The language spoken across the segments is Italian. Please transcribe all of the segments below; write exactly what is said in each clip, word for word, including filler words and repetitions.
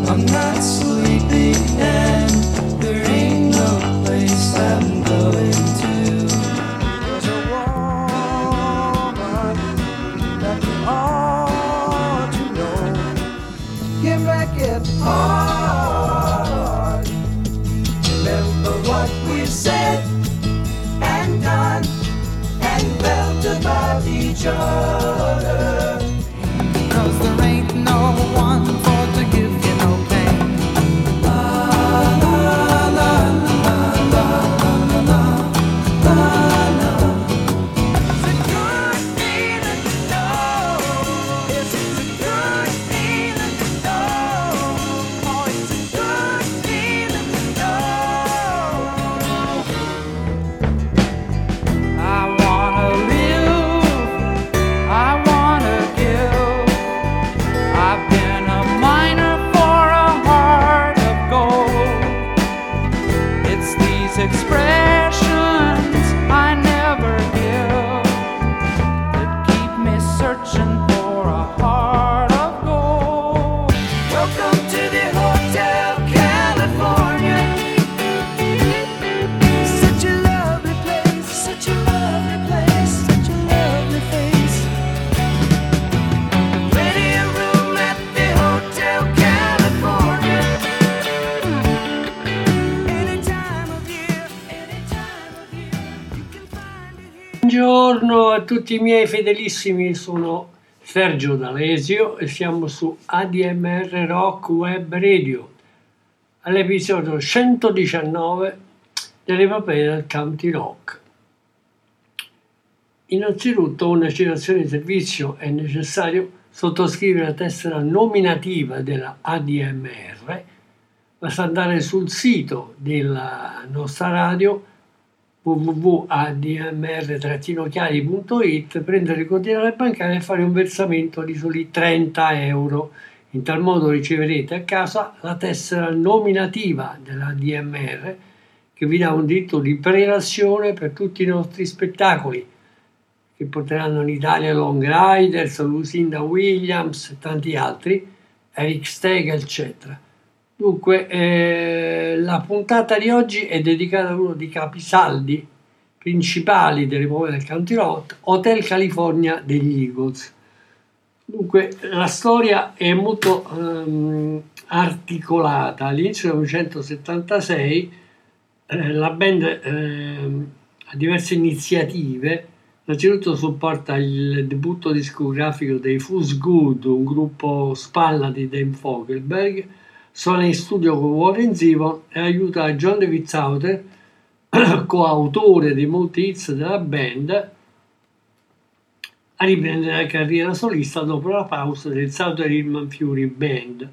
I'm not sleepy and there ain't no place I'm going to. There's a woman that you ought to know. You make it hard. Remember what we said and done and felt about each other. 'Cause there ain't no one for to give you no pain. La la la la la la la la la. It's a good feeling to know. It's a good feeling to know. Oh, it's a good feeling to know. I wanna live, I wanna give. I've been a miner for a heart of gold. It's these expressions I never give that keep me searching for a heart of gold. Welcome to the Hotel California. Such a lovely place, such a lovely place, such a lovely face. Ready a room at the Hotel California. Any time of year, any time of year, you can find it here. Buongiorno a tutti i miei fedelissimi, sono Sergio D'Alesio e siamo su A D M R Rock Web Radio, all'episodio centodiciannove dell'epopea del Country Rock. Innanzitutto, una citazione di servizio: è necessario sottoscrivere la tessera nominativa della A D M R. Basta andare sul sito della nostra radio w w w punto a d m r chiari punto i t, prendere il conto bancario e fare un versamento di soli trenta euro. In tal modo riceverete a casa la tessera nominativa della A D M R, che vi dà un diritto di prelazione per tutti i nostri spettacoli, che porteranno in Italia Long Riders, Lucinda Williams e tanti altri, Eric Stega, eccetera. Dunque, eh, la puntata di oggi è dedicata a uno dei capisaldi principali dell'epopea del country rock, Hotel California degli Eagles. Dunque, la storia è molto ehm, articolata. All'inizio del millenovecentosettantasei eh, la band ehm, ha diverse iniziative. Innanzitutto supporta il debutto discografico dei Fuzz Good, un gruppo spalla di Dave Fogelberg, suona in studio con Warren Zevon e aiuta John David Souther, coautore di molti hits della band, a riprendere la carriera solista dopo la pausa del Souther Hillman Fury Band.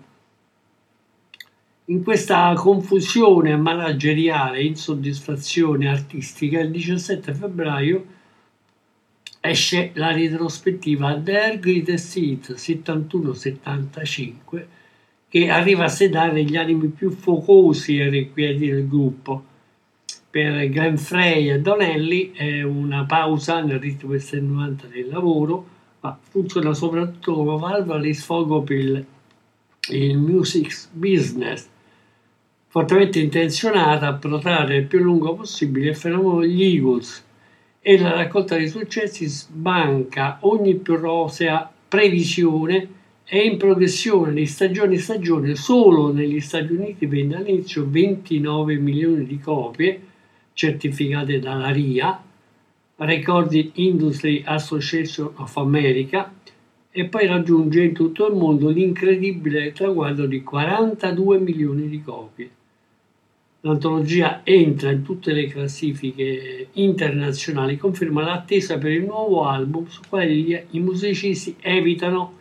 In questa confusione manageriale e insoddisfazione artistica, il diciassette febbraio esce la retrospettiva Their Greatest Hits settantuno settantacinque, che arriva a sedare gli animi più focosi e irrequieti del gruppo. Per Glenn Frey e Donnelly è una pausa nel ritmo estenuante del lavoro, ma funziona soprattutto come valvola di sfogo per il, il music business, fortemente intenzionata a protrarre il più lungo possibile il fenomeno degli Eagles, e la raccolta dei successi sbanca ogni più rosea previsione. È in progressione di stagione in stagione. Solo negli Stati Uniti vende all'inizio ventinove milioni di copie certificate dalla R I A, Recording Industry Association of America, e poi raggiunge in tutto il mondo l'incredibile traguardo di quarantadue milioni di copie. L'antologia entra in tutte le classifiche internazionali, conferma l'attesa per il nuovo album, su quale i musicisti evitano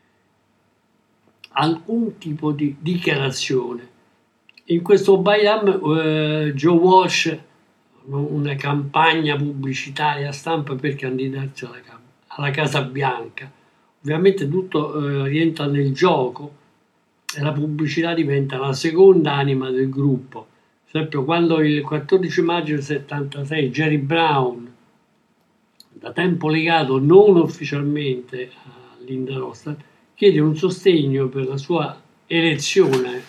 alcun tipo di dichiarazione. In questo Bayam eh, Joe Walsh, una campagna pubblicitaria stampa per candidarsi alla, alla Casa Bianca. Ovviamente tutto eh, rientra nel gioco e la pubblicità diventa la seconda anima del gruppo. Per esempio, quando il quattordici maggio del settantasei Jerry Brown, da tempo legato non ufficialmente a Linda Ronstadt, chiede un sostegno per la sua elezione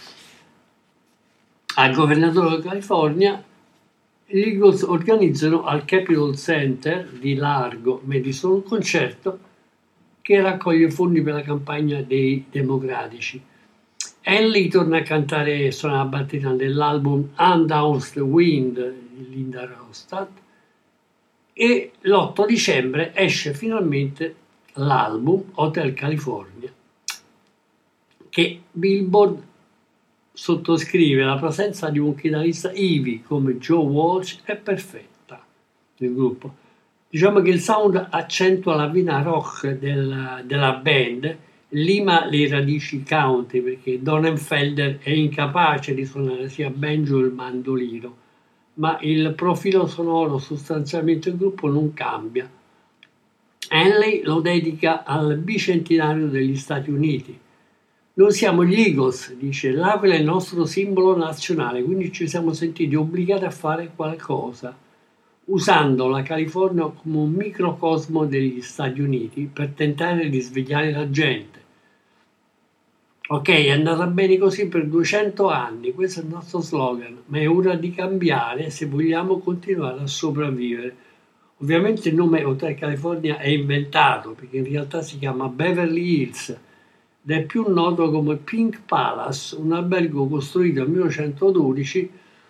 al governatore della California, gli Eagles organizzano al Capitol Center di Largo Madison un concerto che raccoglie fondi per la campagna dei democratici. Henley torna a cantare e suona la batteria nell'album Undown's the Wind di Linda Ronstadt e l'otto dicembre esce finalmente l'album Hotel California, che Billboard sottoscrive. La presenza di un chitarrista Ivy come Joe Walsh è perfetta nel gruppo. Diciamo che il sound accentua la vena rock della, della band, lima le radici country perché Donenfelder è incapace di suonare sia banjo che il mandolino, ma il profilo sonoro sostanzialmente del gruppo non cambia. Henley lo dedica al bicentenario degli Stati Uniti. Noi siamo gli Eagles, dice, l'aquila è il nostro simbolo nazionale, quindi ci siamo sentiti obbligati a fare qualcosa, usando la California come un microcosmo degli Stati Uniti per tentare di svegliare la gente. Ok, è andata bene così per duecento anni, questo è il nostro slogan, ma è ora di cambiare se vogliamo continuare a sopravvivere. Ovviamente il nome Hotel California è inventato, perché in realtà si chiama Beverly Hills, ed è più noto come Pink Palace, un albergo costruito nel millenovecentododici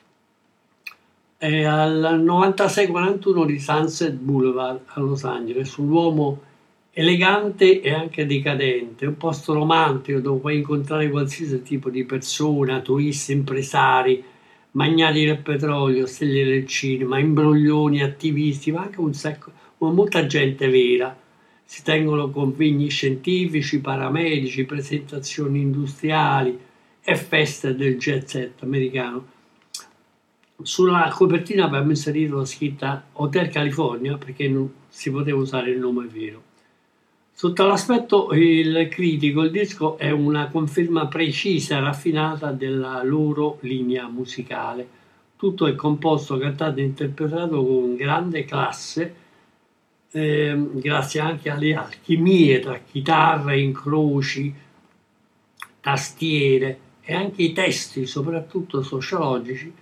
e al novantasei quarantuno di Sunset Boulevard a Los Angeles, un uomo elegante e anche decadente, un posto romantico dove puoi incontrare qualsiasi tipo di persona, turisti, impresari, magnati del petrolio, stelle del cinema, imbroglioni, attivisti, ma anche un sacco, molta gente vera. Si tengono convegni scientifici, paramedici, presentazioni industriali e feste del jet set americano. Sulla copertina abbiamo inserito la scritta Hotel California perché non si poteva usare il nome vero. Sotto l'aspetto il critico, il disco è una conferma precisa e raffinata della loro linea musicale. Tutto è composto, cantato e interpretato con grande classe, eh, grazie anche alle alchimie tra chitarra, incroci, tastiere e anche i testi, soprattutto sociologici,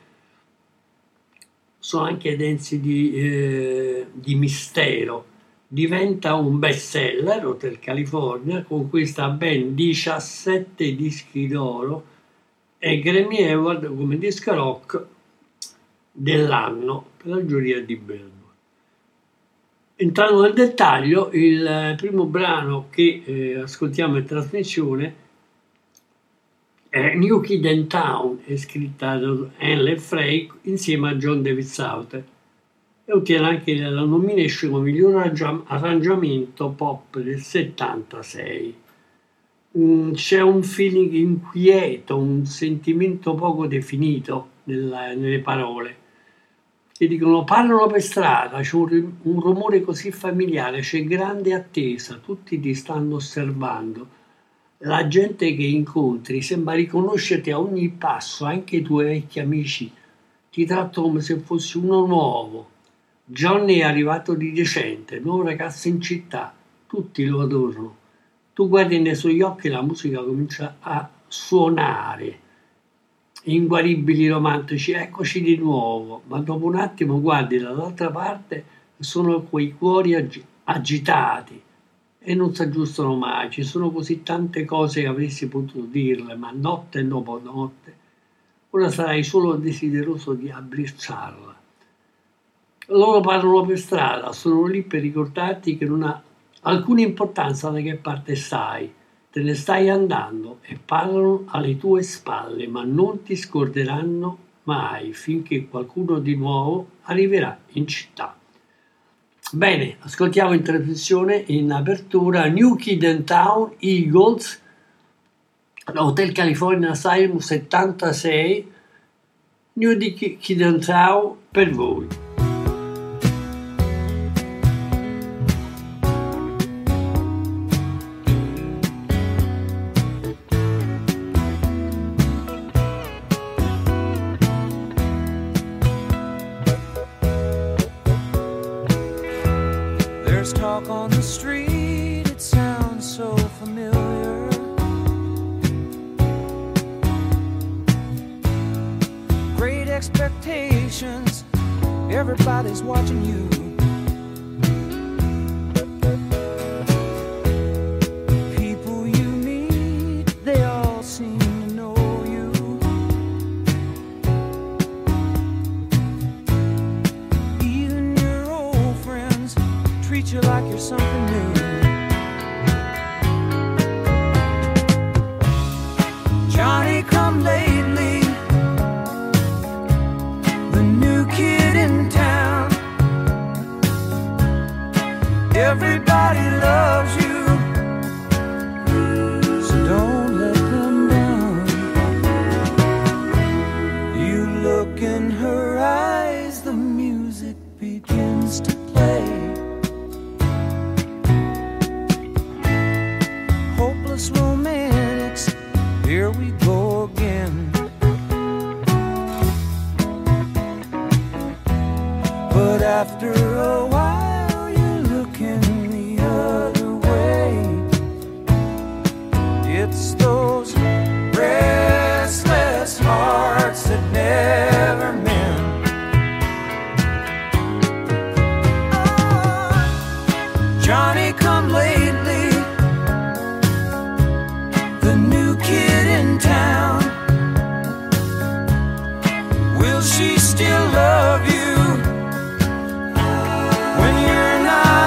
sono anche densi di, eh, di mistero. Diventa un best seller Hotel California, conquista ben diciassette dischi d'oro e Grammy Award come disco rock dell'anno per la giuria di Billboard. Entrando nel dettaglio, il primo brano che eh, ascoltiamo in trasmissione è New Kid in Town, è scritta da Henley Frey insieme a John David Souther e ottiene anche la nomination come miglior arrangiamento pop del settantasei. Mm, c'è un feeling inquieto, un sentimento poco definito nella, nelle parole, che dicono parlano per strada, c'è un, un rumore così familiare, c'è grande attesa, tutti ti stanno osservando. La gente che incontri sembra riconoscerti a ogni passo, anche i tuoi vecchi amici ti trattano come se fossi uno nuovo. Johnny è arrivato di recente, nuovo ragazzo in città, tutti lo adorano. Tu guardi nei suoi occhi e la musica comincia a suonare. Inguaribili romantici, eccoci di nuovo, ma dopo un attimo guardi dall'altra parte e sono quei cuori ag- agitati. E non si aggiustano mai, ci sono così tante cose che avresti potuto dirle, ma notte dopo notte, ora sarai solo desideroso di abbracciarla. Loro parlano per strada, sono lì per ricordarti che non ha alcuna importanza da che parte stai, te ne stai andando e parlano alle tue spalle, ma non ti scorderanno mai finché qualcuno di nuovo arriverà in città. Bene, ascoltiamo in trasmissione in apertura New Kid in Town, Eagles, Hotel California Asylum settantasei, New Kid in Town per voi. There's talk on the street, it sounds so familiar. expectations, everybody's watching you. People you meet, they all seem to know you. Even your old friends treat you like you're something new. Johnny come lately, the new kid in town. Everybody loves you, so don't let them down. You look in her eyes, the music begins to play. Hopeless romantics, here we go again. But after a while you're looking the other way. It's those restless hearts that never mend. Oh, Johnny come lately, the new kid in town. Will she still love you when you're not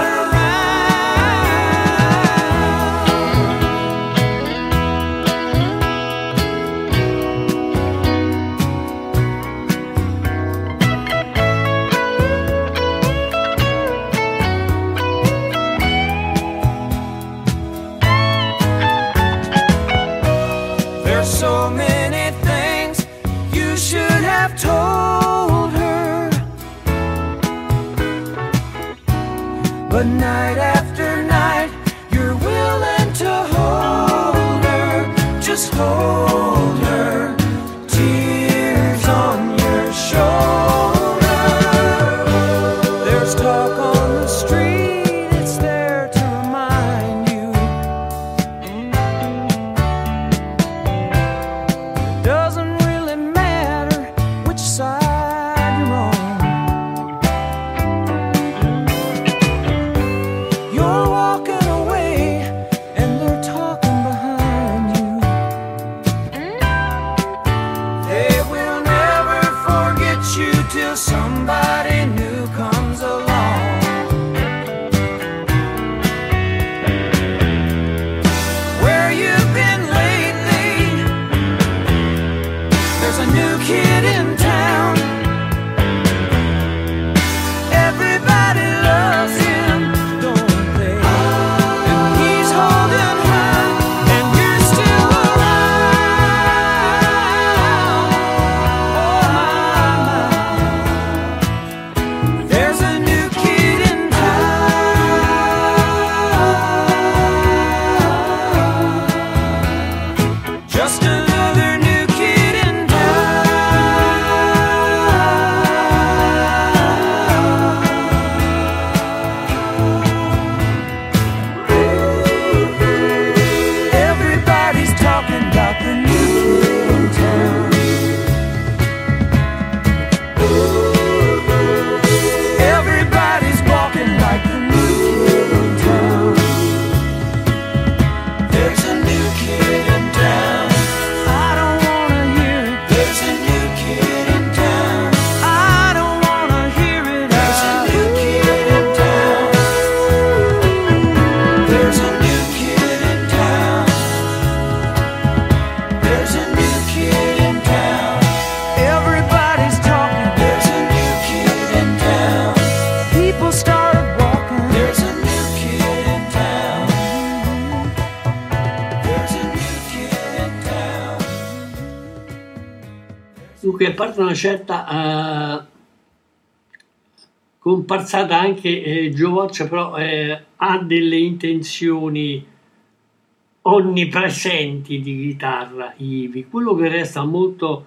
There's so many things you should have told her, but night after night you're willing to hold her, just hold her, tears on your shoulder. There's talk on the street, it's there to remind you. Doesn't really matter which side you're on. You're walking away and they're talking behind you. They will never forget you till somebody new comes along. Where you've been lately, there's a new kid in town. Everybody loves him, don't they? And he's holding her, and you're still around. Oh my, my. There's a new kid in town. Just another new kid in Everybody's talking about the new kid in town. Everybody's walking like the new kid in town. There's a new kid in town. I don't wanna hear it. There's a new kid in town. I don't wanna hear it. There's a new kid in town. There's a new kid in town. There's a new kid in town. Everybody's talking. There's a new kid in town. People started walking. There's a new kid in town. There's a new kid in town. Dunque, a parte una certa eh, comparsata anche eh, Joe Walsh, però eh, ha delle intenzioni onnipresenti di chitarra Ivy. Quello che resta molto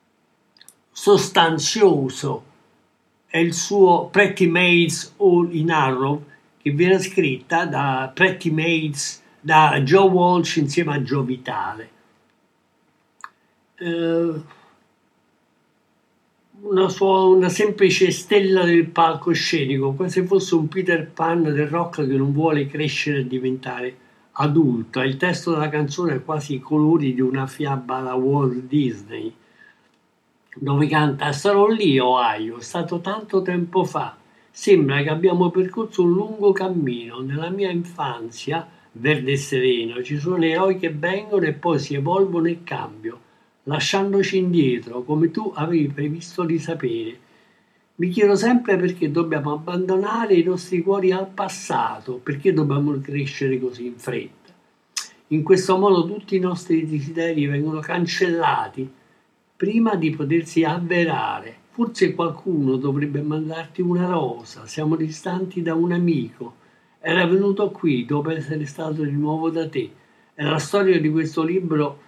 sostanzioso è il suo Pretty Maids All in Arrow, che viene scritta da Pretty Maids, da Joe Walsh insieme a Joe Vitale. Eh, una, sua, una semplice stella del palcoscenico, quasi fosse un Peter Pan del rock che non vuole crescere e diventare adulto. Il testo della canzone ha quasi i colori di una fiaba alla Walt Disney, dove canta: sarò lì, Ohio, è stato tanto tempo fa, sembra che abbiamo percorso un lungo cammino, nella mia infanzia verde e sereno ci sono eroi che vengono e poi si evolvono e cambiano, lasciandoci indietro, come tu avevi previsto di sapere. Mi chiedo sempre perché dobbiamo abbandonare i nostri cuori al passato, perché dobbiamo crescere così in fretta. In questo modo tutti i nostri desideri vengono cancellati prima di potersi avverare. Forse qualcuno dovrebbe mandarti una rosa, siamo distanti da un amico, era venuto qui dopo essere stato di nuovo da te. E la storia di questo libro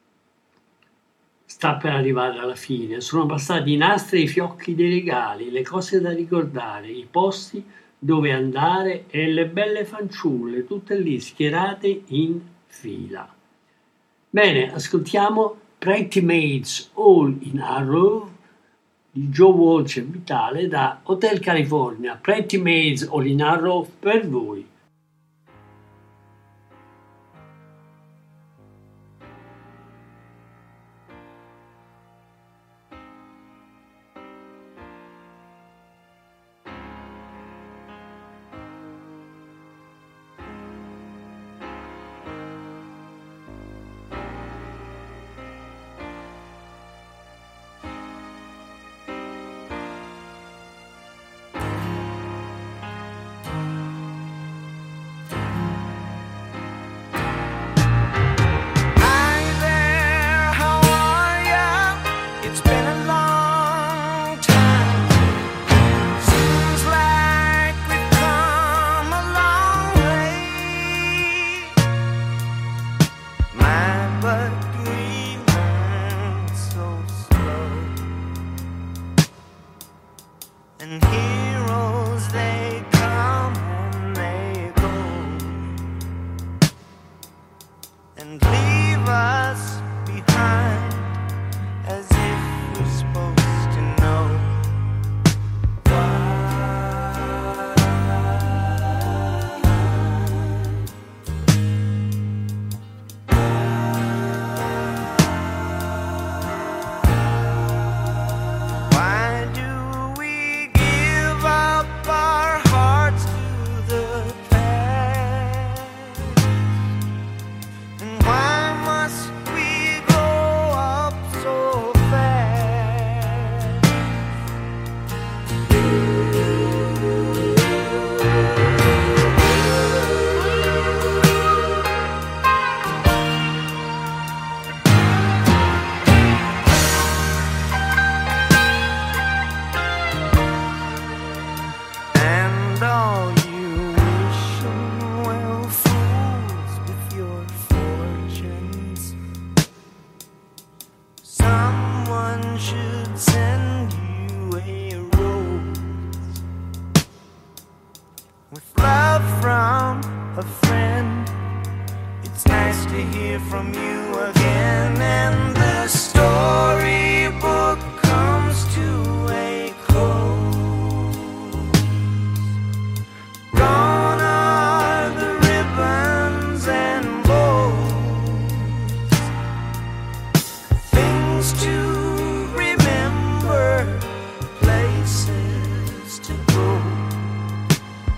sta per arrivare alla fine. Sono passati i nastri e i fiocchi dei regali, le cose da ricordare, i posti dove andare e le belle fanciulle, tutte lì schierate in fila. Bene, ascoltiamo Pretty Maids All in a Row di Joe Walsh e Vitale da Hotel California. Pretty Maids All in a Row per voi.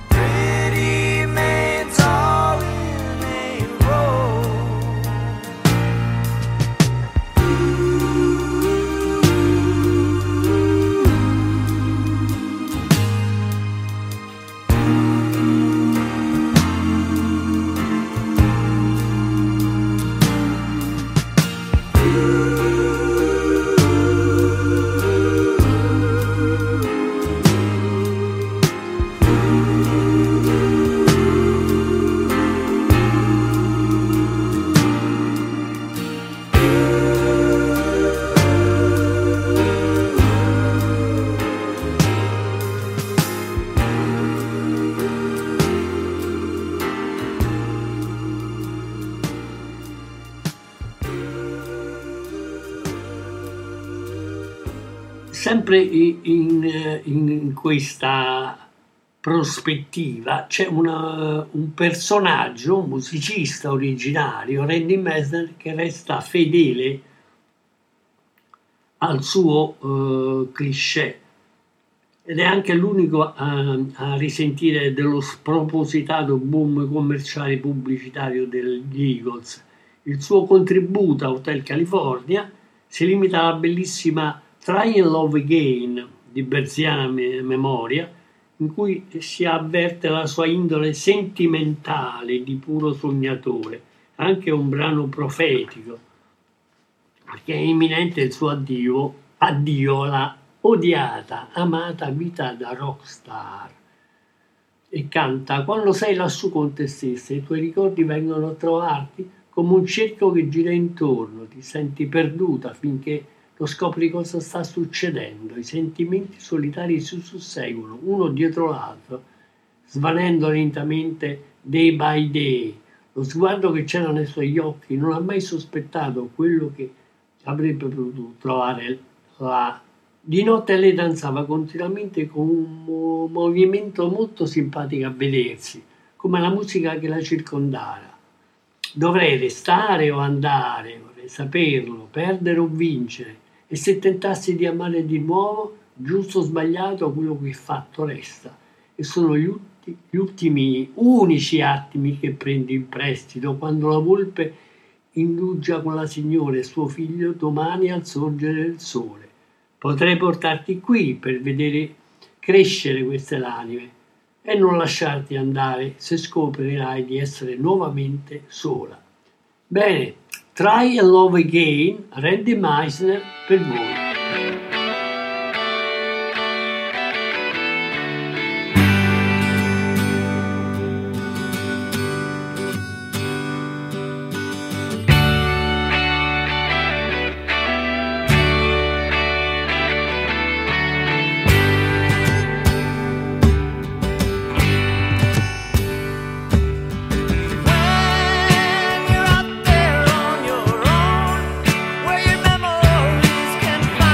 Pretty maids all in a row. sempre in, in, in questa prospettiva c'è una, un personaggio, un musicista originario, Randy Meisner, che resta fedele al suo uh, cliché ed è anche l'unico a, a risentire dello spropositato boom commerciale pubblicitario degli Eagles. Il suo contributo a Hotel California si limita alla bellissima Try and Love Again di berziana memoria, in cui si avverte la sua indole sentimentale di puro sognatore, anche un brano profetico, perché è imminente il suo addio, addio alla odiata, amata vita da rockstar. E canta: quando sei lassù con te stessa, i tuoi ricordi vengono a trovarti come un cerchio che gira intorno, ti senti perduta finché lo scopri cosa sta succedendo, i sentimenti solitari si susseguono uno dietro l'altro, svanendo lentamente day by day. Lo sguardo che c'era nei suoi occhi non ha mai sospettato quello che avrebbe potuto trovare là. Di notte lei danzava continuamente con un movimento molto simpatico a vedersi, come la musica che la circondava. Dovrei restare o andare, vorrei saperlo, perdere o vincere. E se tentassi di amare di nuovo, giusto o sbagliato, quello che è fatto resta. E sono gli, ulti, gli ultimi, unici attimi che prendi in prestito quando la volpe indugia con la signora e suo figlio domani al sorgere del sole. Potrei portarti qui per vedere crescere queste anime e non lasciarti andare se scoprirai di essere nuovamente sola. Bene, Try and Love Again, Randy Meisner per voi. When you're out there on your own, where your memories can find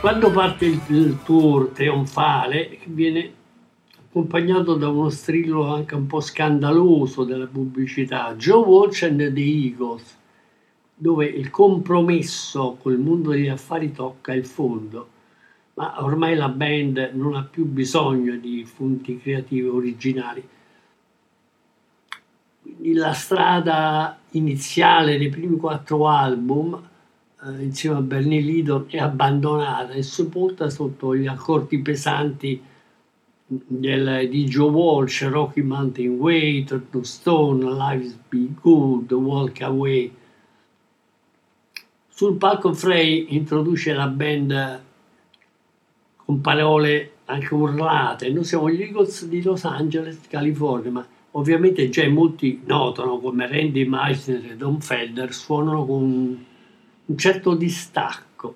Quando parte il, il tour trionfale, viene accompagnato da uno strillo anche un po' scandaloso della pubblicità, Joe Walsh and the Eagles, dove il compromesso col mondo degli affari tocca il fondo, ma ormai la band non ha più bisogno di fonti creative originali. Quindi la strada iniziale dei primi quattro album, eh, insieme a Bernie Lidon, è abbandonata e sepolta sotto gli accordi pesanti del, di Joe Walsh, Rocky Mountain Way, Turtle Stone, Life's Be Good, Walk Away. Sul palco Frey introduce la band con parole anche urlate. Noi siamo gli Eagles di Los Angeles, California, ma ovviamente già molti notano come Randy Meisner e Don Felder suonano con un certo distacco.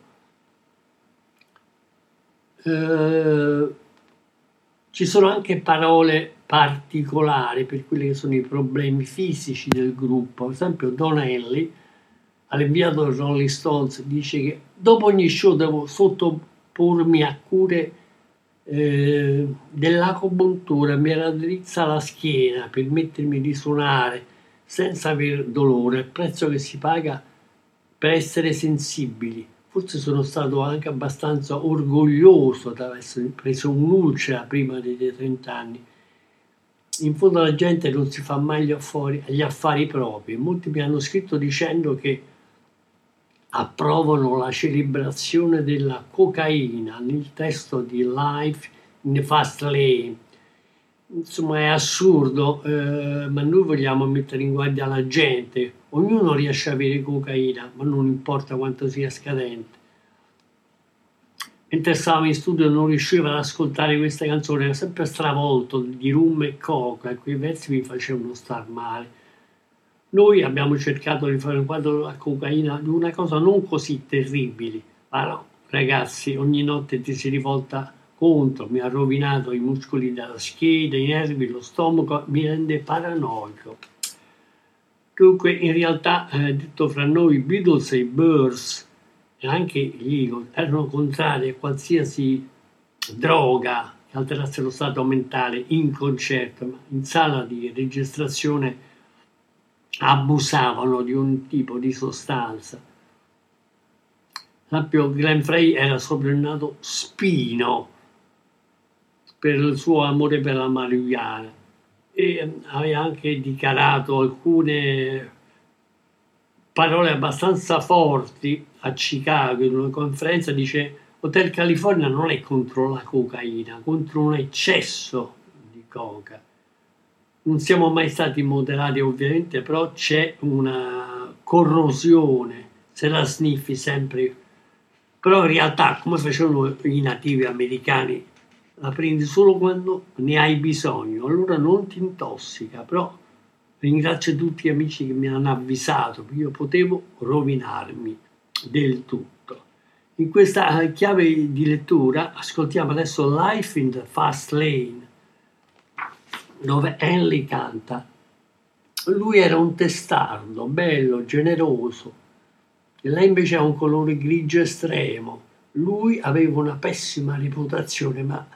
Eh, ci sono anche parole particolari per quelli che sono i problemi fisici del gruppo. Ad esempio Don Henley, all'inviato Rolling Stones, dice che dopo ogni show devo sottopormi a cure eh, dell'acupuntura, mi raddrizza la schiena per permettermi di suonare senza aver dolore, il prezzo che si paga per essere sensibili. Forse sono stato anche abbastanza orgoglioso di aver preso un'ulcera prima dei trenta anni. In fondo la gente non si fa mai gli affari, gli affari propri. Molti mi hanno scritto dicendo che approvano la celebrazione della cocaina nel testo di Life in the Fast Lane. Insomma, è assurdo, eh, ma noi vogliamo mettere in guardia la gente. Ognuno riesce a avere cocaina, ma non importa quanto sia scadente. Mentre stavamo in studio non riuscivo ad ascoltare questa canzone, era sempre stravolto di rum e coca, e quei versi mi facevano star male. Noi abbiamo cercato di fare un quadro della cocaina di una cosa non così terribile, ma no, ragazzi, ogni notte ti si rivolta contro, mi ha rovinato i muscoli della schiena, i nervi, lo stomaco, mi rende paranoico. Dunque, in realtà, eh, detto fra noi, i Beatles e i Birds e anche gli Eagles erano contrari a qualsiasi droga che alterasse lo stato mentale in concerto, ma in sala di registrazione abusavano di un tipo di sostanza. Esempio, Glenn Frey era soprannominato Spino per il suo amore per la marijuana e aveva anche dichiarato alcune parole abbastanza forti a Chicago in una conferenza. Dice: Hotel California non è contro la cocaina, contro un eccesso di coca. Non siamo mai stati moderati ovviamente, però c'è una corrosione, se la sniffi sempre. Però in realtà, come facevano i nativi americani, la prendi solo quando ne hai bisogno, allora non ti intossica. Però ringrazio tutti gli amici che mi hanno avvisato, perché io potevo rovinarmi del tutto. In questa chiave di lettura ascoltiamo adesso Life in the Fast Lane, dove Henley canta. Lui era un testardo, bello, generoso, e lei invece ha un colore grigio estremo. Lui aveva una pessima reputazione, ma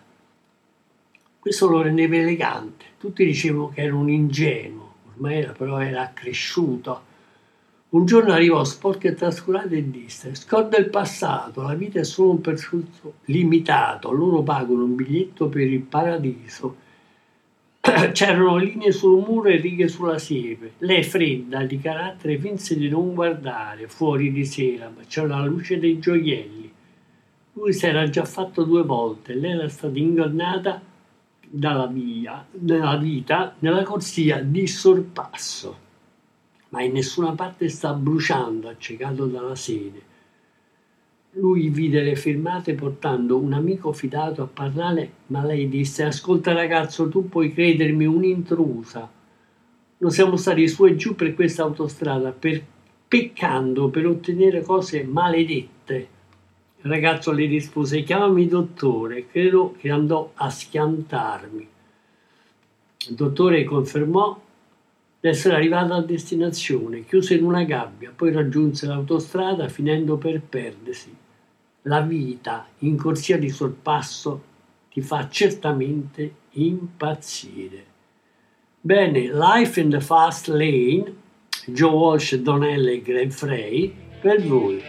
questo lo rendeva elegante. Tutti dicevano che era un ingenuo, ormai era, però era cresciuto. Un giorno arrivò sporco e trascurato e disse: scorda il passato, la vita è solo un percorso limitato, loro pagano un biglietto per il paradiso. C'erano linee sul muro e righe sulla siepe. Lei, fredda di carattere, finse di non guardare fuori di sera, ma c'era la luce dei gioielli. Lui si era già fatto due volte, lei era stata ingannata dalla via, nella vita, nella corsia di sorpasso, ma in nessuna parte sta bruciando, accecato dalla sede. Lui vide le fermate portando un amico fidato a parlare, ma lei disse: ascolta ragazzo, tu puoi credermi un'intrusa. Noi siamo stati su e giù per questa autostrada, per, peccando per ottenere cose maledette. Il ragazzo le rispose: chiamami dottore. Credo che andò a schiantarmi. Il dottore confermò di essere arrivato a destinazione, chiuse in una gabbia, poi raggiunse l'autostrada finendo per perdersi. la vita in corsia di sorpasso ti fa certamente impazzire. Bene, Life in the Fast Lane, Joe Walsh, Donnelly e Glenn Frey, per voi.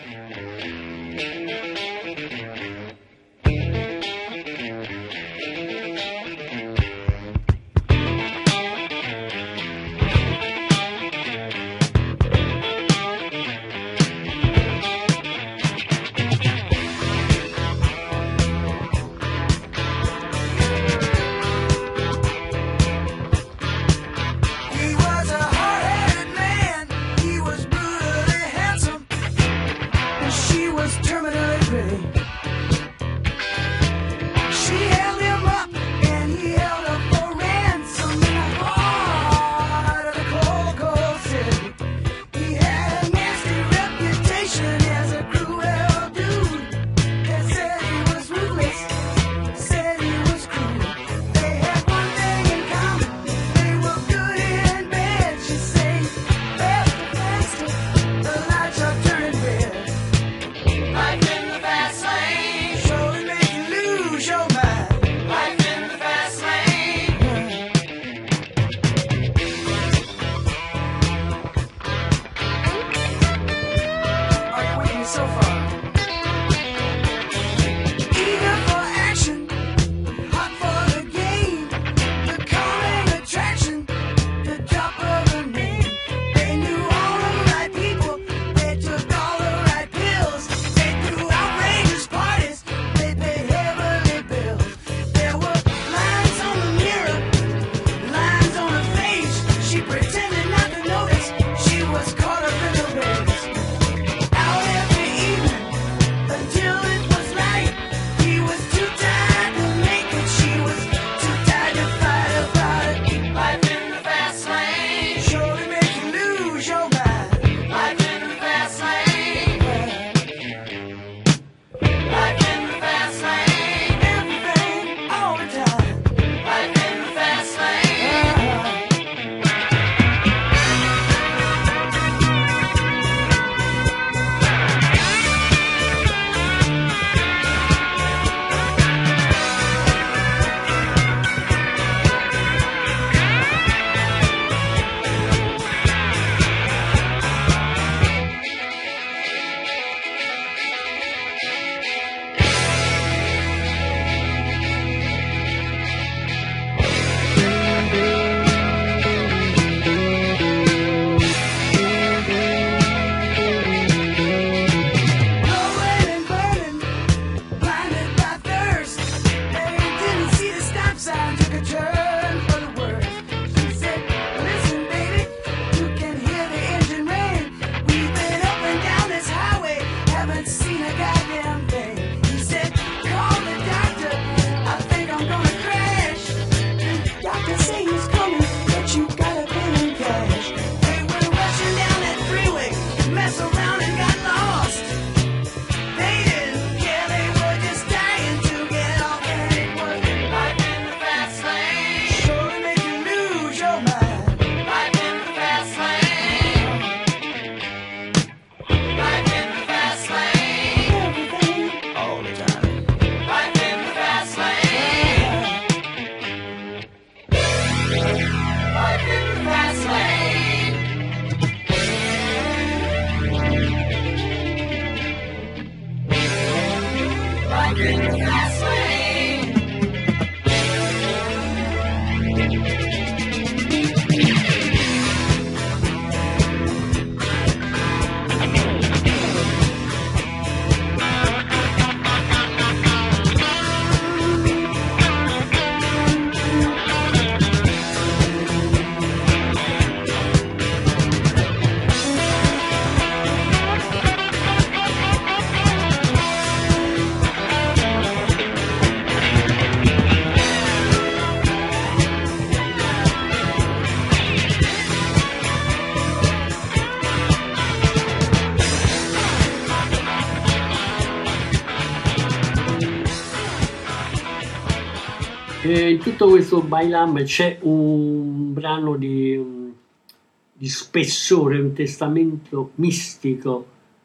E in tutto questo bailam c'è un brano di, di spessore, un testamento mistico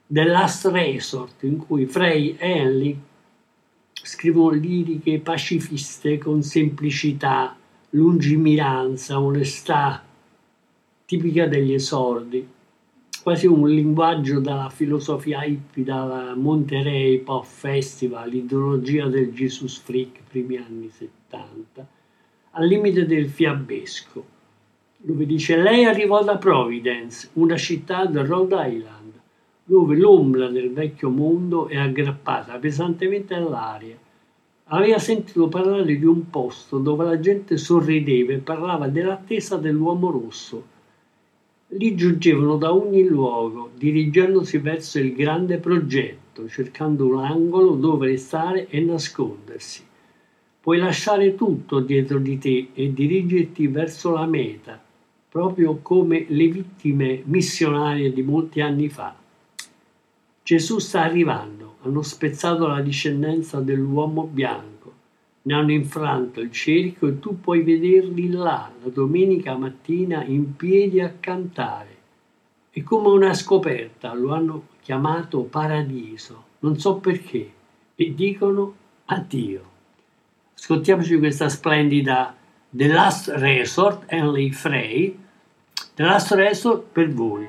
The Last Resort, in cui Frey e Henley scrivono liriche pacifiste con semplicità, lungimiranza, onestà, tipica degli esordi, quasi un linguaggio dalla filosofia hippie, dalla Monterey Pop Festival, l'ideologia del Jesus Freak, primi anni settanta, al limite del fiabesco, dove dice: lei arrivò da Providence, una città del Rhode Island, dove l'ombra del vecchio mondo è aggrappata pesantemente all'aria. Aveva sentito parlare di un posto dove la gente sorrideva e parlava dell'attesa dell'uomo rosso. Lì giungevano da ogni luogo, dirigendosi verso il grande progetto, cercando un angolo dove restare e nascondersi. Puoi lasciare tutto dietro di te e dirigerti verso la meta, proprio come le vittime missionarie di molti anni fa. Gesù sta arrivando, hanno spezzato la discendenza dell'uomo bianco, ne hanno infranto il cerchio e tu puoi vederli là, la domenica mattina, in piedi a cantare. E come una scoperta lo hanno chiamato paradiso, non so perché, e dicono addio. Ascoltiamoci questa splendida The Last Resort, Henley Frey, The Last Resort per voi.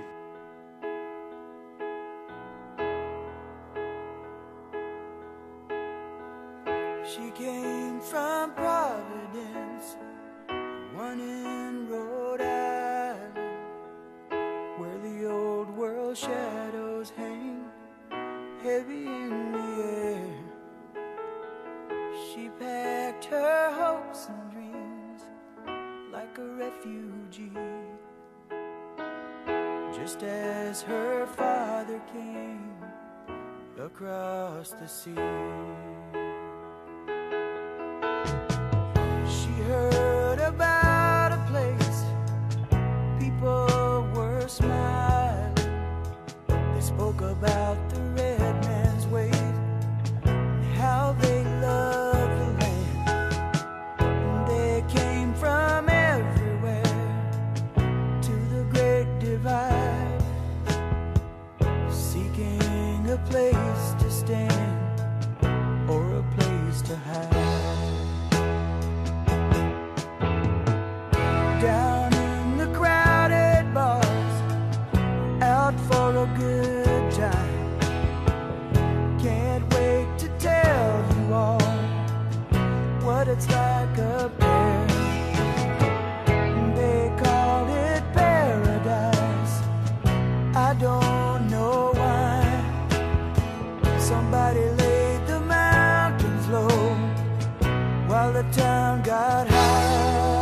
She came from Providence, one in Rhode Island, where the old world shadows hang heavy in the air. She packed her hopes and dreams like a refugee, just as her father came across the sea. She heard about a place people were smiling. They spoke about the red man's ways, how they loved the land. And they came from everywhere to the great divide, seeking a place to stand or a place to hide. Down in the crowded bars, out for a good time. Can't wait to tell you all what it's like up there. They called it paradise, I don't know why. Somebody laid the mountains low while the town got high.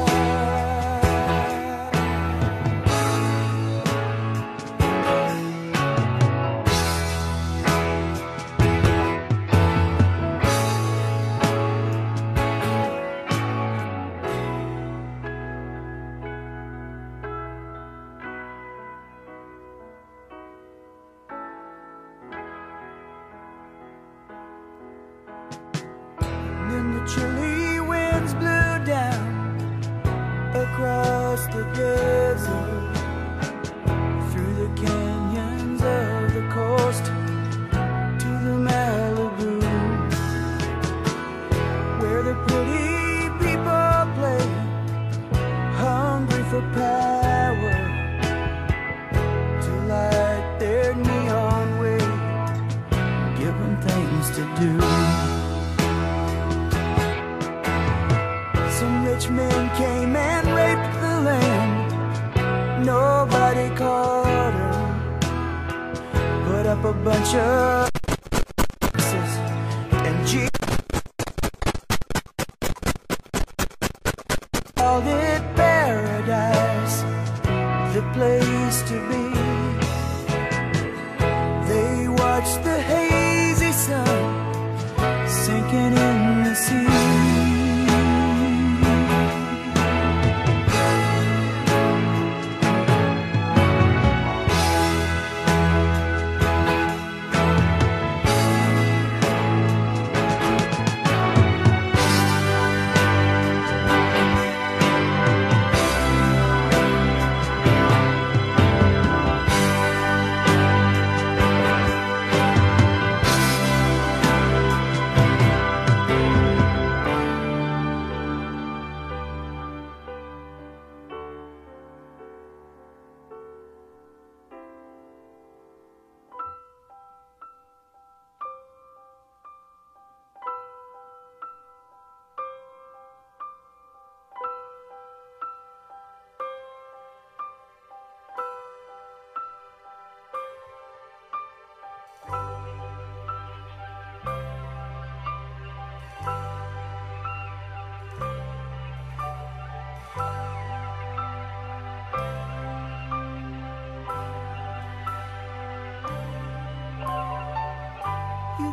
Chilly winds blew down across the desert, through the canyons of the coast to the Malibu, where the pretty people play, hungry for power, to light their neon way, give them things to do. Some rich men came and raped the land. Nobody caught them. Put up a bunch of X's and G. Called it paradise, the place to be. They watched the hazy sun sinking in the sea.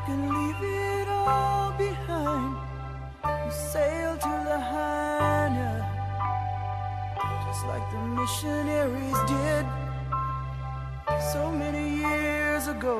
can leave it all behind and sail to Lahaina, just like the missionaries did so many years ago.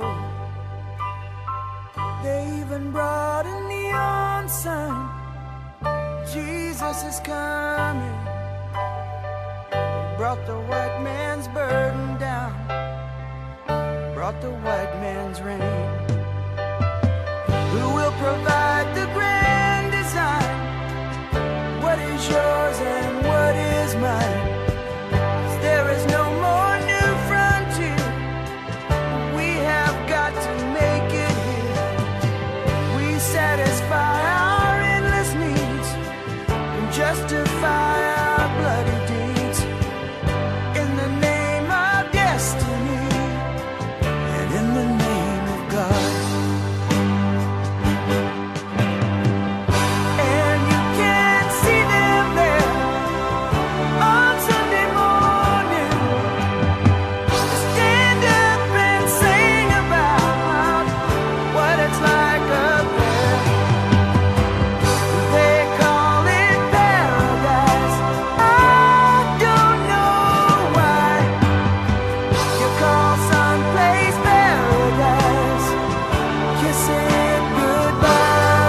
They even brought a neon sign, Jesus is coming. They brought the white man's burden down, brought the white man's rain. Who will provide the grand design? What is yours and what is mine? 'Cause there is no more new frontier. We have got to make it here. We satisfy our endless needs and justify our bloody deeds in the name of destiny and in the name of God. And you can see them there on Sunday morning. They stand up and sing about what it's like up there. They call it paradise. I don't know why you call someplace paradise. Kiss it goodbye.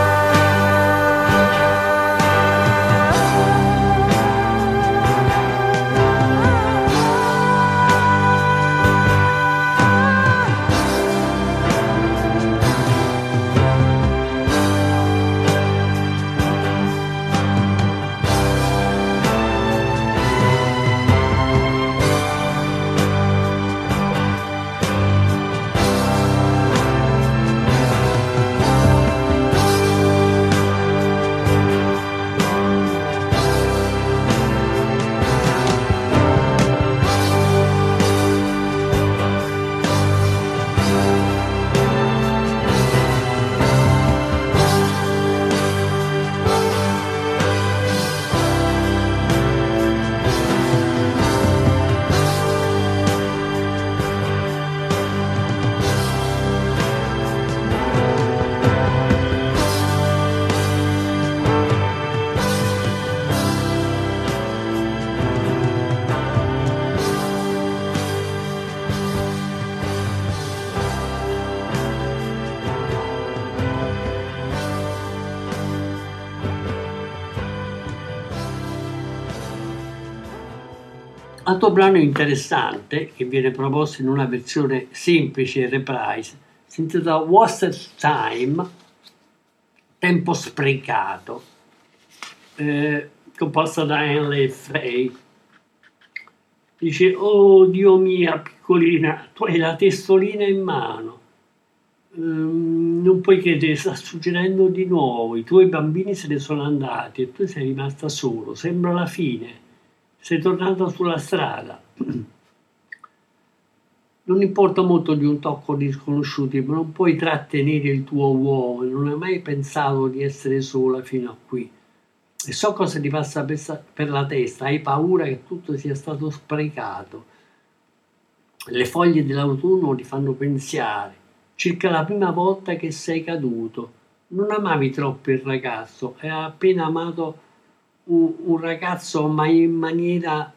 Altro brano interessante che viene proposto in una versione semplice e reprise si intitola Wasted Time, tempo sprecato, eh, composta da Henley Frey. Dice: oh Dio mia piccolina, tu hai la testolina in mano, ehm, non puoi credere, sta succedendo di nuovo, i tuoi bambini se ne sono andati e tu sei rimasta solo, sembra la fine. Sei tornato sulla strada. Non importa molto di un tocco di sconosciuti, ma non puoi trattenere il tuo uomo. Non hai mai pensato di essere sola fino a qui. E so cosa ti passa per la testa. Hai paura che tutto sia stato sprecato. Le foglie dell'autunno ti fanno pensare. Circa la prima volta che sei caduto. Non amavi troppo il ragazzo. Hai appena amato Un, un ragazzo, ma in maniera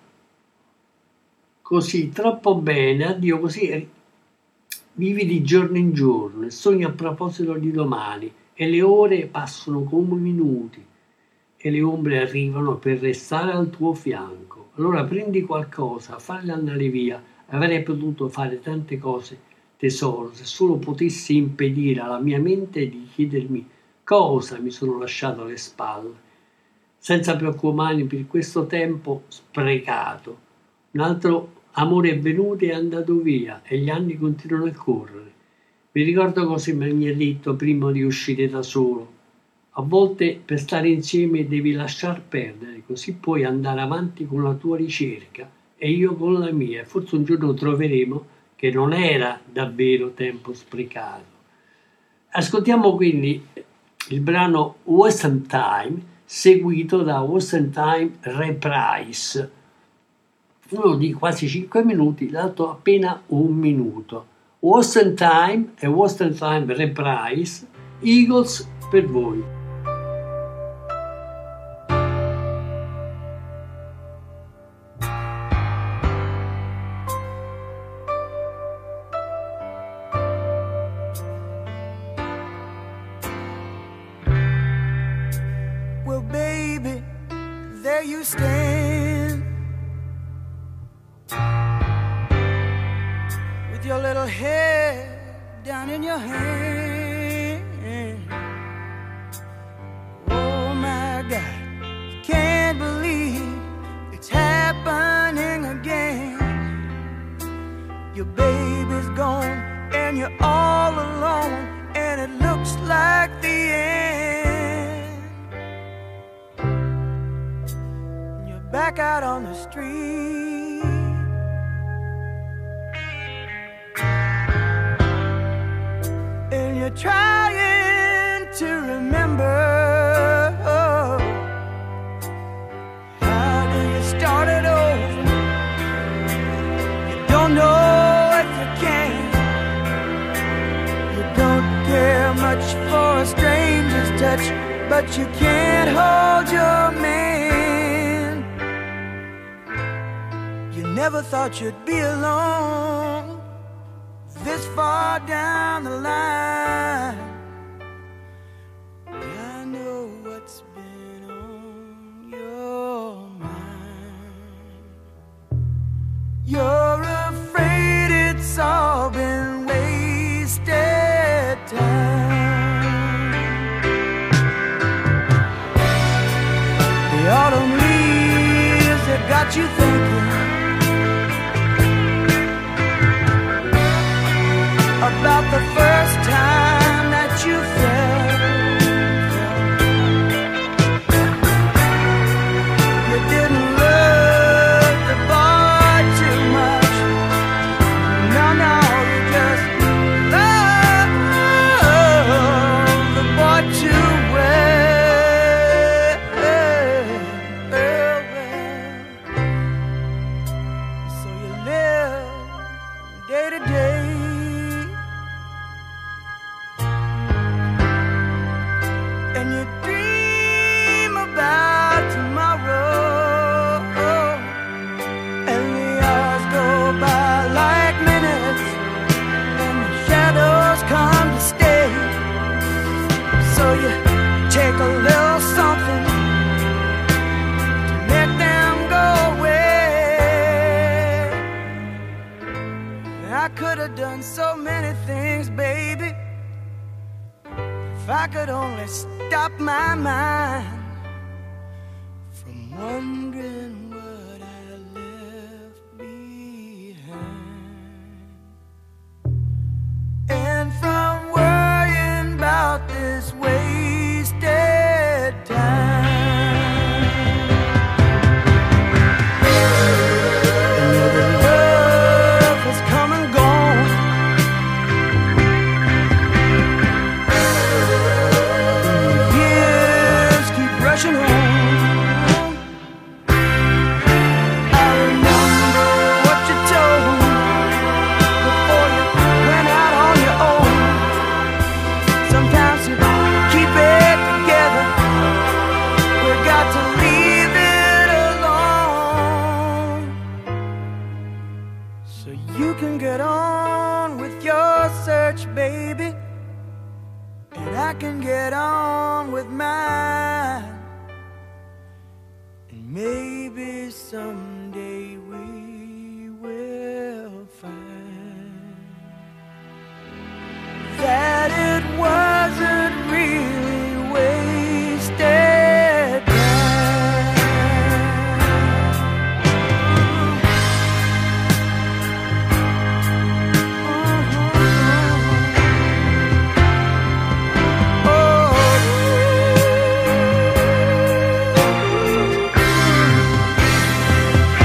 così troppo bene, addio, così vivi di giorno in giorno e sogni a proposito di domani e le ore passano come minuti e le ombre arrivano per restare al tuo fianco. Allora prendi qualcosa, falli andare via. Avrei potuto fare tante cose, tesoro, se solo potessi impedire alla mia mente di chiedermi cosa mi sono lasciato alle spalle, senza preoccuparmi per questo tempo sprecato. Un altro amore è venuto e è andato via e gli anni continuano a correre. Mi ricordo cosa mi ha detto prima di uscire da solo. A volte per stare insieme devi lasciar perdere, così puoi andare avanti con la tua ricerca e io con la mia. E forse un giorno troveremo che non era davvero tempo sprecato. Ascoltiamo quindi il brano Wasted Time, seguito da Wasted Time Reprise, uno di quasi cinque minuti, l'altro appena un minuto. Wasting Time e Wasting Time Reprise, Eagles per voi. Well, baby, there you stand with your little head down in your hand. Oh my God, can't believe it's happening again. Your baby's gone and you're all alone, and it looks like the end. You're back out on the street, and you're trying to remember, oh, how do you start it over? You don't know if you can. You don't care much for a stranger's touch, but you can't hold your man. You never thought you'd be alone this far down the line. I know what's been on your mind. You're afraid it's all been wasted time. The autumn leaves that got you thinking about the first time that you felt. You didn't love the boy too much. No, no, you just love the boy too well. So you live day to day, and you dream about tomorrow, and the hours go by like minutes, and the shadows come to stay. So you take a little something to make them go away. I could have done so many things, baby, if I could only stop my mind from wondering what I left behind, and from worrying about this wasted time. Another love has come and gone. Years keep rushing on. I remember what you told me before you went out on your own. Sometimes you keep it together, we got to leave it alone, so you can get on with your search, baby, and I can get on with mine. And maybe someday we will find that it wasn't really wasted time. Oh,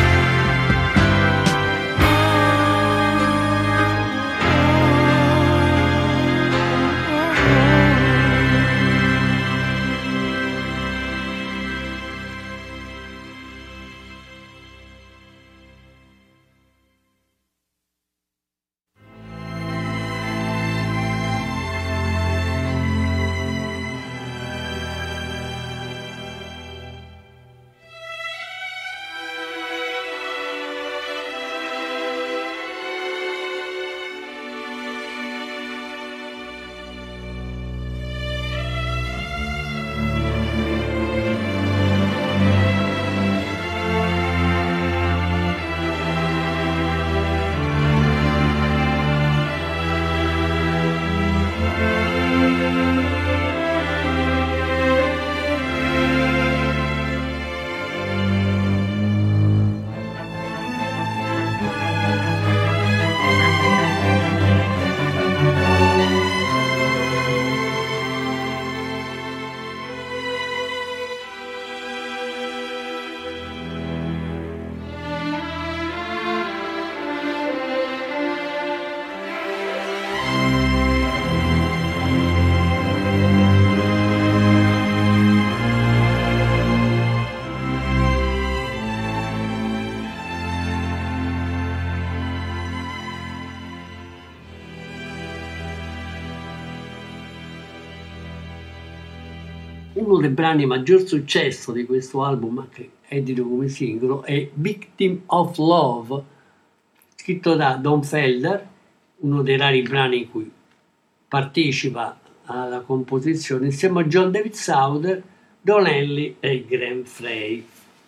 uno dei brani maggior successo di questo album, anche edito come singolo, è Victim of Love, scritto da Don Felder, uno dei rari brani in cui partecipa alla composizione insieme a John David Souther, Don Henley e Glenn Frey.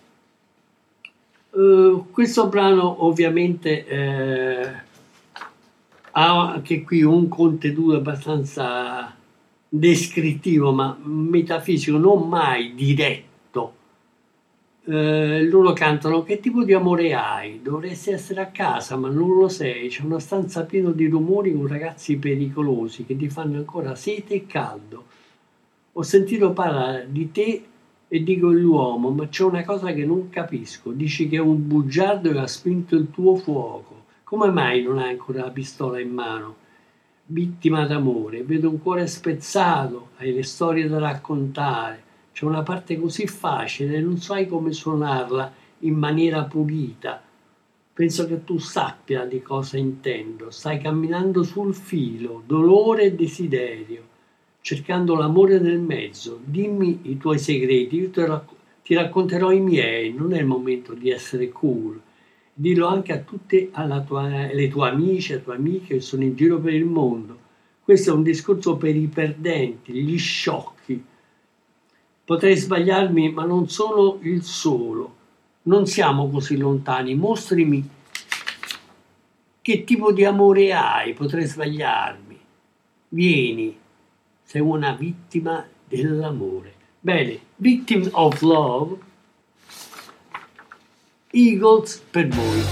Uh, questo brano ovviamente eh, ha anche qui un contenuto abbastanza descrittivo ma metafisico, non mai diretto. Eh, loro cantano: che tipo di amore hai? Dovresti essere a casa ma non lo sei, c'è una stanza piena di rumori con ragazzi pericolosi che ti fanno ancora sete e caldo. Ho sentito parlare di te e dico l'uomo, ma c'è una cosa che non capisco, dici che è un bugiardo che ha spinto il tuo fuoco, come mai non hai ancora la pistola in mano? Vittima d'amore, vedo un cuore spezzato, hai le storie da raccontare, c'è una parte così facile e non sai come suonarla in maniera pulita. Penso che tu sappia di cosa intendo, stai camminando sul filo, dolore e desiderio, cercando l'amore nel mezzo. Dimmi i tuoi segreti, io te rac- ti racconterò i miei, non è il momento di essere cool. Dillo anche a tutte alla tua, alle tue amici, alle tue amiche che sono in giro per il mondo. Questo è un discorso per i perdenti, gli sciocchi. Potrei sbagliarmi, ma non sono il solo. Non siamo così lontani. Mostrimi che tipo di amore hai. Potrei sbagliarmi. Vieni, sei una vittima dell'amore. Bene, Victim of Love, Eagles per voi.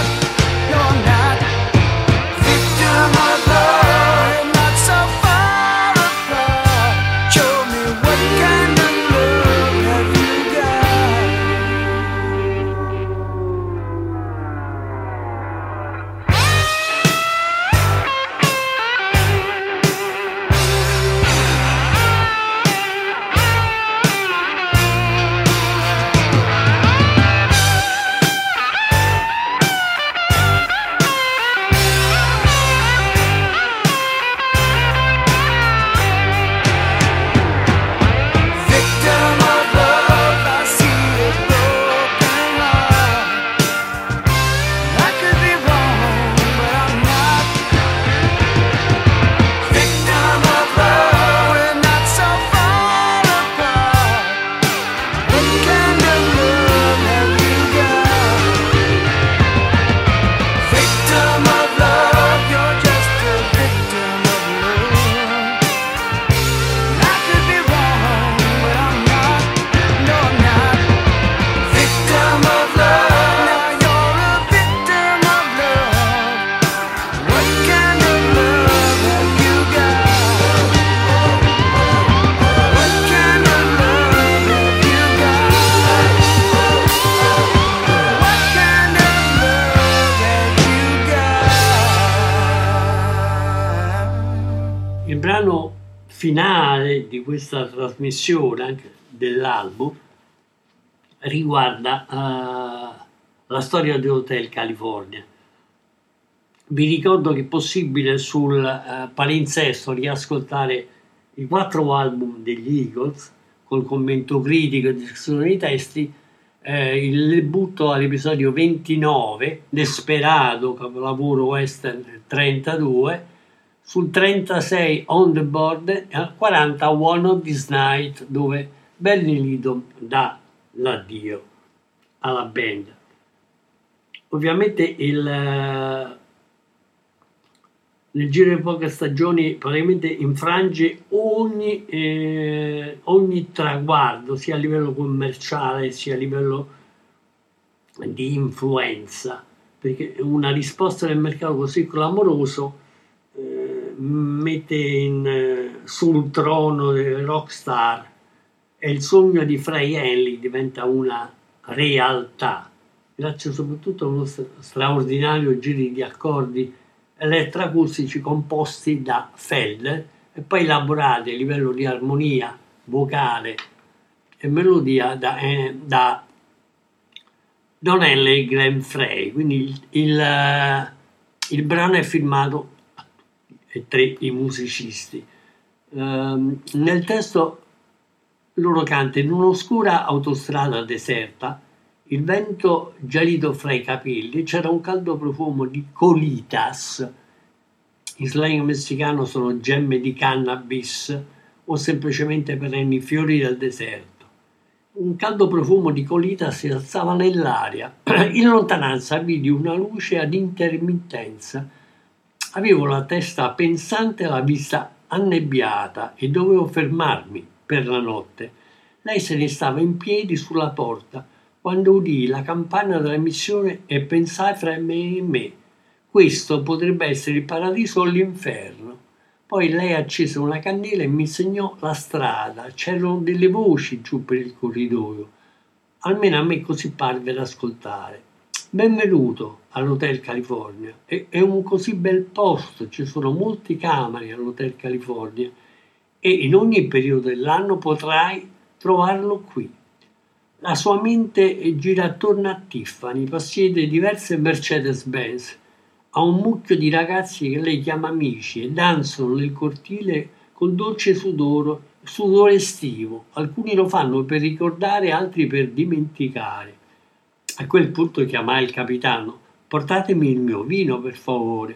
Victim of love, not so far. Il brano finale di questa trasmissione, anche dell'album, riguarda uh, la storia di Hotel California. Vi ricordo che è possibile sul uh, palinsesto riascoltare i quattro album degli Eagles col commento critico e discussione dei testi, eh, il debutto all'episodio ventinove, Desperado, capolavoro western trentadue, sul trentasei On the Board e al quaranta One of This Night, dove Bernie Lidon dà l'addio alla band. Ovviamente il nel giro di poche stagioni praticamente infrange ogni, eh, ogni traguardo, sia a livello commerciale sia a livello di influenza, perché una risposta del mercato così clamoroso eh, mette in, eh, sul trono del rockstar e il sogno di Fray Henley diventa una realtà, grazie soprattutto a uno straordinario giro di accordi elettroacustici composti da Felder e poi elaborati a livello di armonia vocale e melodia da, eh, da Donnelly e Glenn Frey. Quindi il, il, il brano è firmato e tre i musicisti. Um, nel testo loro cantano: in un'oscura autostrada deserta, il vento gelito fra i capelli, c'era un caldo profumo di colitas, in slang messicano sono gemme di cannabis o semplicemente perenni fiori del deserto. Un caldo profumo di colitas si alzava nell'aria. In lontananza vidi una luce ad intermittenza. Avevo la testa pensante e la vista annebbiata e dovevo fermarmi per la notte. Lei se ne stava in piedi sulla porta quando udii la campana della missione e pensai fra me e me: questo potrebbe essere il paradiso o l'inferno. Poi lei accese una candela e mi segnò la strada. C'erano delle voci giù per il corridoio, almeno a me così parve ad ascoltare. Benvenuto all'Hotel California. È, è un così bel posto, ci sono molte camere all'Hotel California e in ogni periodo dell'anno potrai trovarlo qui. La sua mente gira attorno a Tiffany, possiede diverse Mercedes-Benz, ha un mucchio di ragazzi che lei chiama amici e danzano nel cortile col dolce sudore, sudore estivo. Alcuni lo fanno per ricordare, altri per dimenticare. A quel punto chiamai il capitano: portatemi il mio vino, per favore.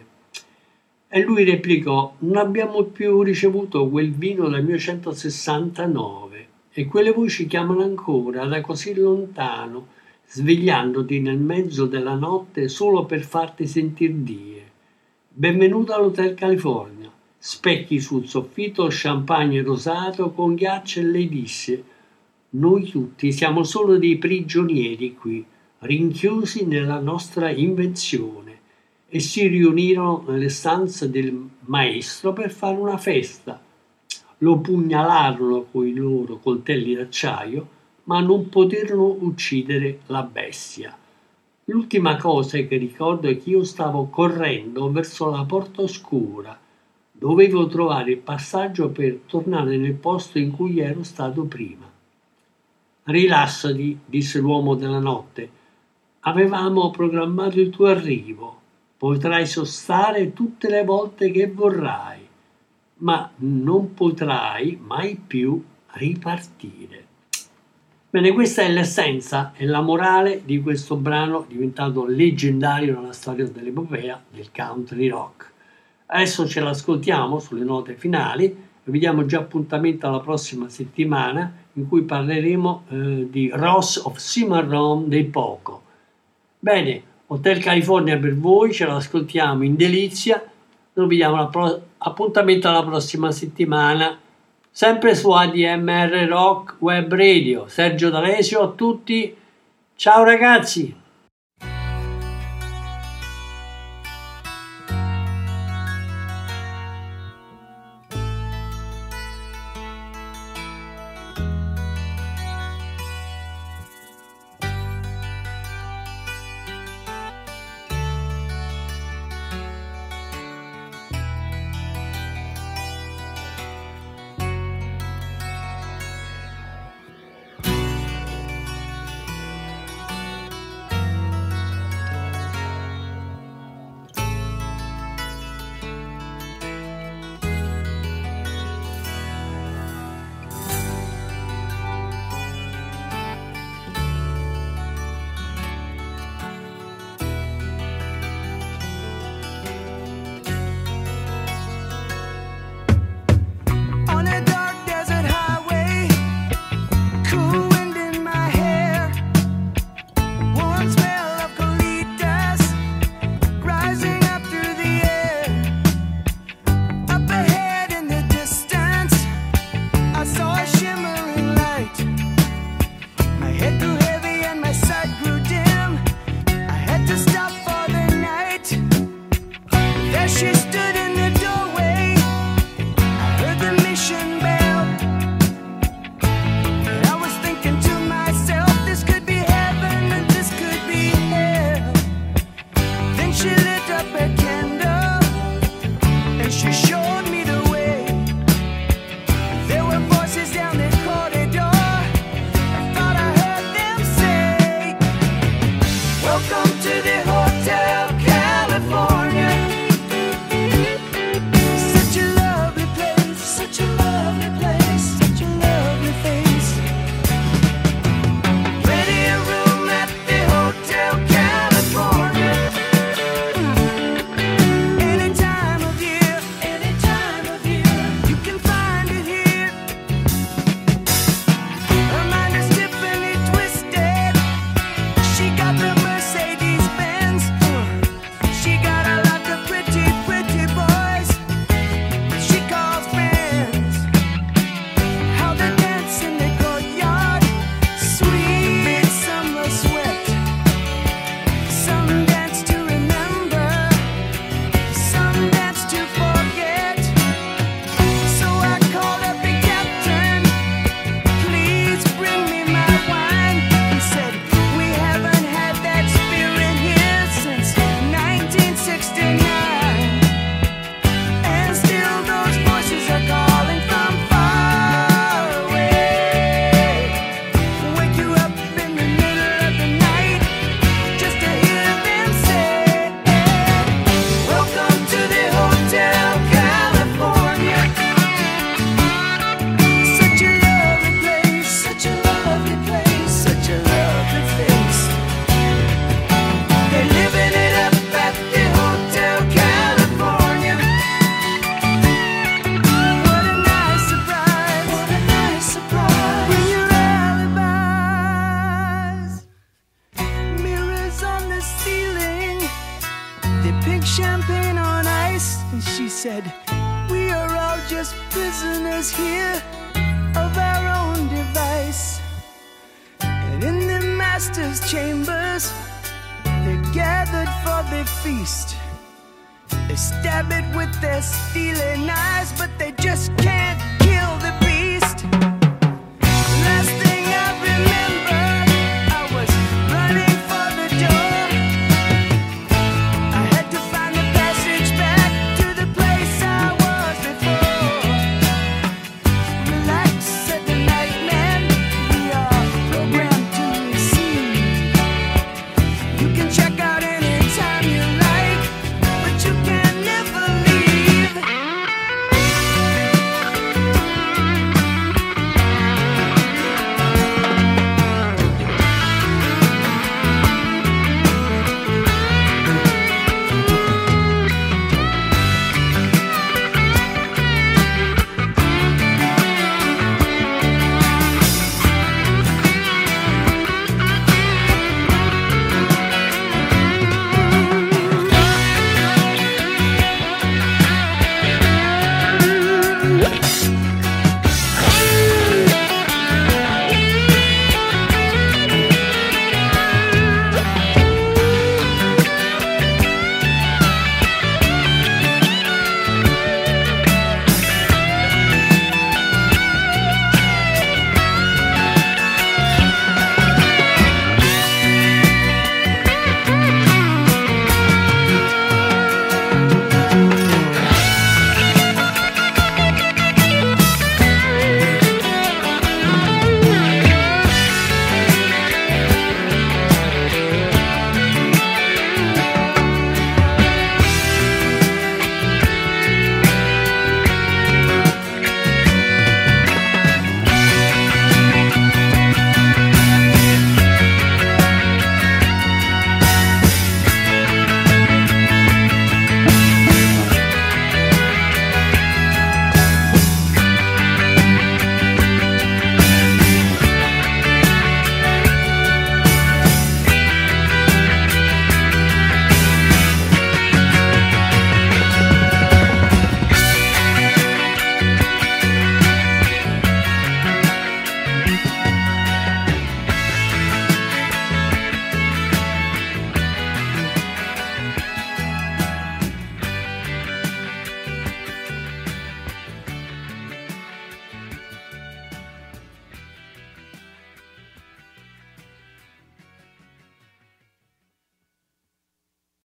E lui replicò: non abbiamo più ricevuto quel vino dal millenovecentosessantanove. E quelle voci chiamano ancora da così lontano, svegliandoti nel mezzo della notte solo per farti sentir dire: benvenuto all'Hotel California. Specchi sul soffitto, champagne rosato con ghiaccio, e lei disse: noi tutti siamo solo dei prigionieri qui, rinchiusi nella nostra invenzione. E si riunirono nelle stanze del maestro per fare una festa. Lo pugnalarono coi loro coltelli d'acciaio, ma non poterono uccidere la bestia. L'ultima cosa che ricordo è che io stavo correndo verso la porta oscura. Dovevo trovare il passaggio per tornare nel posto in cui ero stato prima. Rilassati, disse l'uomo della notte. Avevamo programmato il tuo arrivo. Potrai sostare tutte le volte che vorrai, ma non potrai mai più ripartire. Bene, questa è l'essenza e la morale di questo brano diventato leggendario nella storia dell'epopea del country rock. Adesso ce l'ascoltiamo sulle note finali e vi diamo già appuntamento alla prossima settimana, in cui parleremo eh, di Rose of Cimarron dei Poco. Bene, Hotel California per voi, ce l'ascoltiamo in delizia. Noi vi diamo appuntamento alla prossima settimana, sempre su A D M R Rock Web Radio. Sergio D'Alesio a tutti, ciao ragazzi! She lit up a candle and she showed me the way. There were voices down the corridor. I thought I heard them say, welcome to the Hotel California. Such a lovely place, such a lovely place, such a lovely face. Plenty of room at the Hotel California. Any time of year, any time of year, you can find it here. Her mind is Tiffany twisted. She got the Mercedes Benz. She got a lot of pretty, pretty boys she calls friends. How they dance in the courtyard, sweet summer sweat. Some dance to remember, some dance to forget. So I called up the captain, please bring me my wine. He said, we haven't had that spirit here since nineteen sixty-nine. And still those voices are calling from far away. Wake you up in the middle of the night just to hear them say, welcome to the Hotel California. Such a lovely place, such a lovely place, such a lovely face. They're living it up at the Hotel California. What a nice surprise, what a nice surprise. Bring your alibis. Mirrors on the ceiling, they pink champagne on ice. And she said, we are all just prisoners here of our own device. And in the master's chambers, they're gathered for the feast. They stab it with their steely knives, but they just can't